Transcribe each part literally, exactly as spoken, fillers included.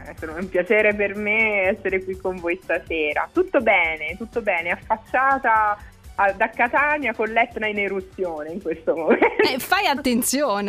è un piacere per me essere qui con voi stasera. Tutto bene, tutto bene, affacciata a, da Catania con l'Etna in eruzione in questo momento. Eh, fai attenzione.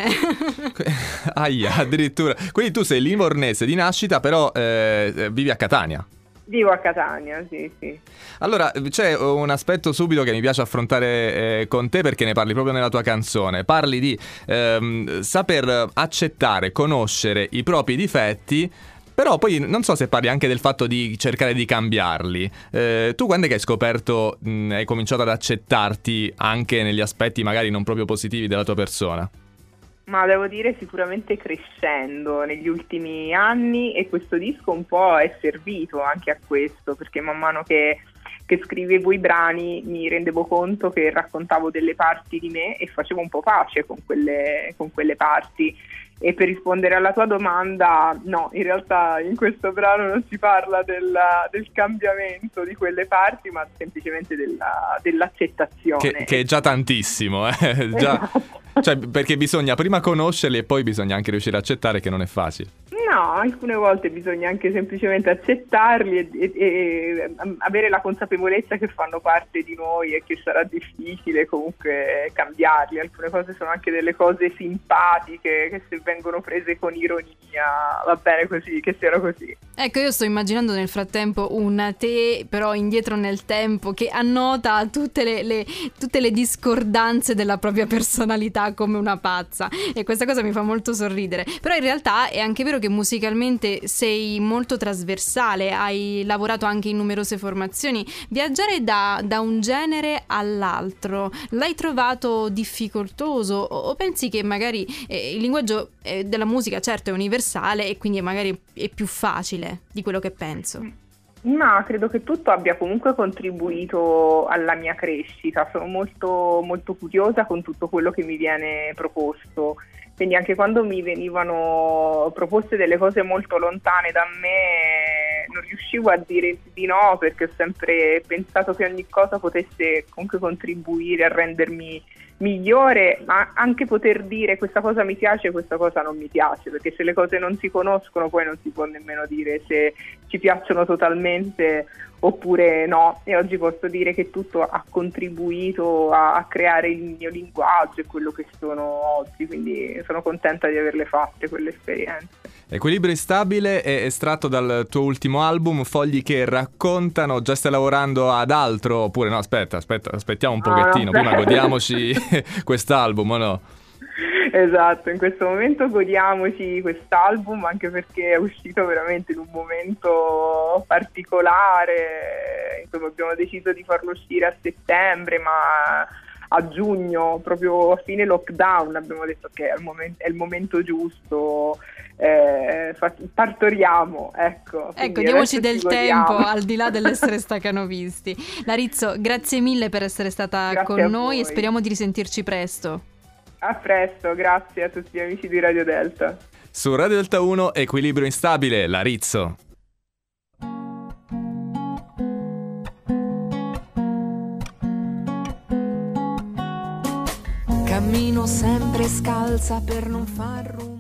Aia, addirittura. Quindi tu sei livornese di nascita, però eh, vivi a Catania. Vivo a Catania, sì, sì. Allora, c'è un aspetto subito che mi piace affrontare eh, con te, perché ne parli proprio nella tua canzone. Parli di ehm, saper accettare, conoscere i propri difetti, però poi non so se parli anche del fatto di cercare di cambiarli. Eh, tu quando è che hai scoperto, mh, hai cominciato ad accettarti anche negli aspetti magari non proprio positivi della tua persona? Ma devo dire sicuramente crescendo negli ultimi anni, e questo disco un po' è servito anche a questo, perché man mano che, che scrivevo i brani mi rendevo conto che raccontavo delle parti di me e facevo un po' pace con quelle, con quelle parti. E per rispondere alla tua domanda, no, in realtà in questo brano non si parla della, del cambiamento di quelle parti, ma semplicemente della, dell'accettazione. Che, che è già tantissimo, eh? Già, cioè, perché bisogna prima conoscerli e poi bisogna anche riuscire a accettare, che non è facile. No, alcune volte bisogna anche semplicemente accettarli e, e, e avere la consapevolezza che fanno parte di noi e che sarà difficile comunque cambiarli. Alcune cose sono anche delle cose simpatiche che se vengono prese con ironia va bene così, che siano così. Ecco, io sto immaginando nel frattempo un te però indietro nel tempo che annota tutte le, le, tutte le discordanze della propria personalità come una pazza, e questa cosa mi fa molto sorridere. Però in realtà è anche vero che musicalmente sei molto trasversale, hai lavorato anche in numerose formazioni. Viaggiare da, da un genere all'altro l'hai trovato difficoltoso, o, o pensi che magari eh, il linguaggio eh, della musica certo è universale e quindi magari è più facile di quello che penso? Ma credo che tutto abbia comunque contribuito alla mia crescita. Sono molto, molto curiosa con tutto quello che mi viene proposto. Quindi anche quando mi venivano proposte delle cose molto lontane da me non riuscivo a dire di no, perché ho sempre pensato che ogni cosa potesse comunque contribuire a rendermi migliore, ma anche poter dire questa cosa mi piace e questa cosa non mi piace, perché se le cose non si conoscono poi non si può nemmeno dire se ci piacciono totalmente oppure no. E oggi posso dire che tutto ha contribuito a, a creare il mio linguaggio e quello che sono oggi, quindi sono contenta di averle fatte quelle esperienze. Equilibrio instabile è estratto dal tuo ultimo album, Fogli che raccontano. Già stai lavorando ad altro? Oppure no, aspetta, aspetta, aspettiamo un pochettino, no, no, prima godiamoci quest'album, o no? Esatto, in questo momento godiamoci quest'album, anche perché è uscito veramente in un momento particolare. Insomma, abbiamo deciso di farlo uscire a settembre, ma a giugno, proprio a fine lockdown, abbiamo detto che è il momento, è il momento giusto, eh, partoriamo, ecco. Ecco, diamoci del tempo, al di là dell'essere stacanovisti. Larizzo, grazie mille per essere stata grazie con noi voi. E speriamo di risentirci presto. A presto, grazie a tutti gli amici di Radio Delta. Su Radio Delta uno, Equilibrio instabile, Larizzo. Cammino sempre scalza per non far rumore.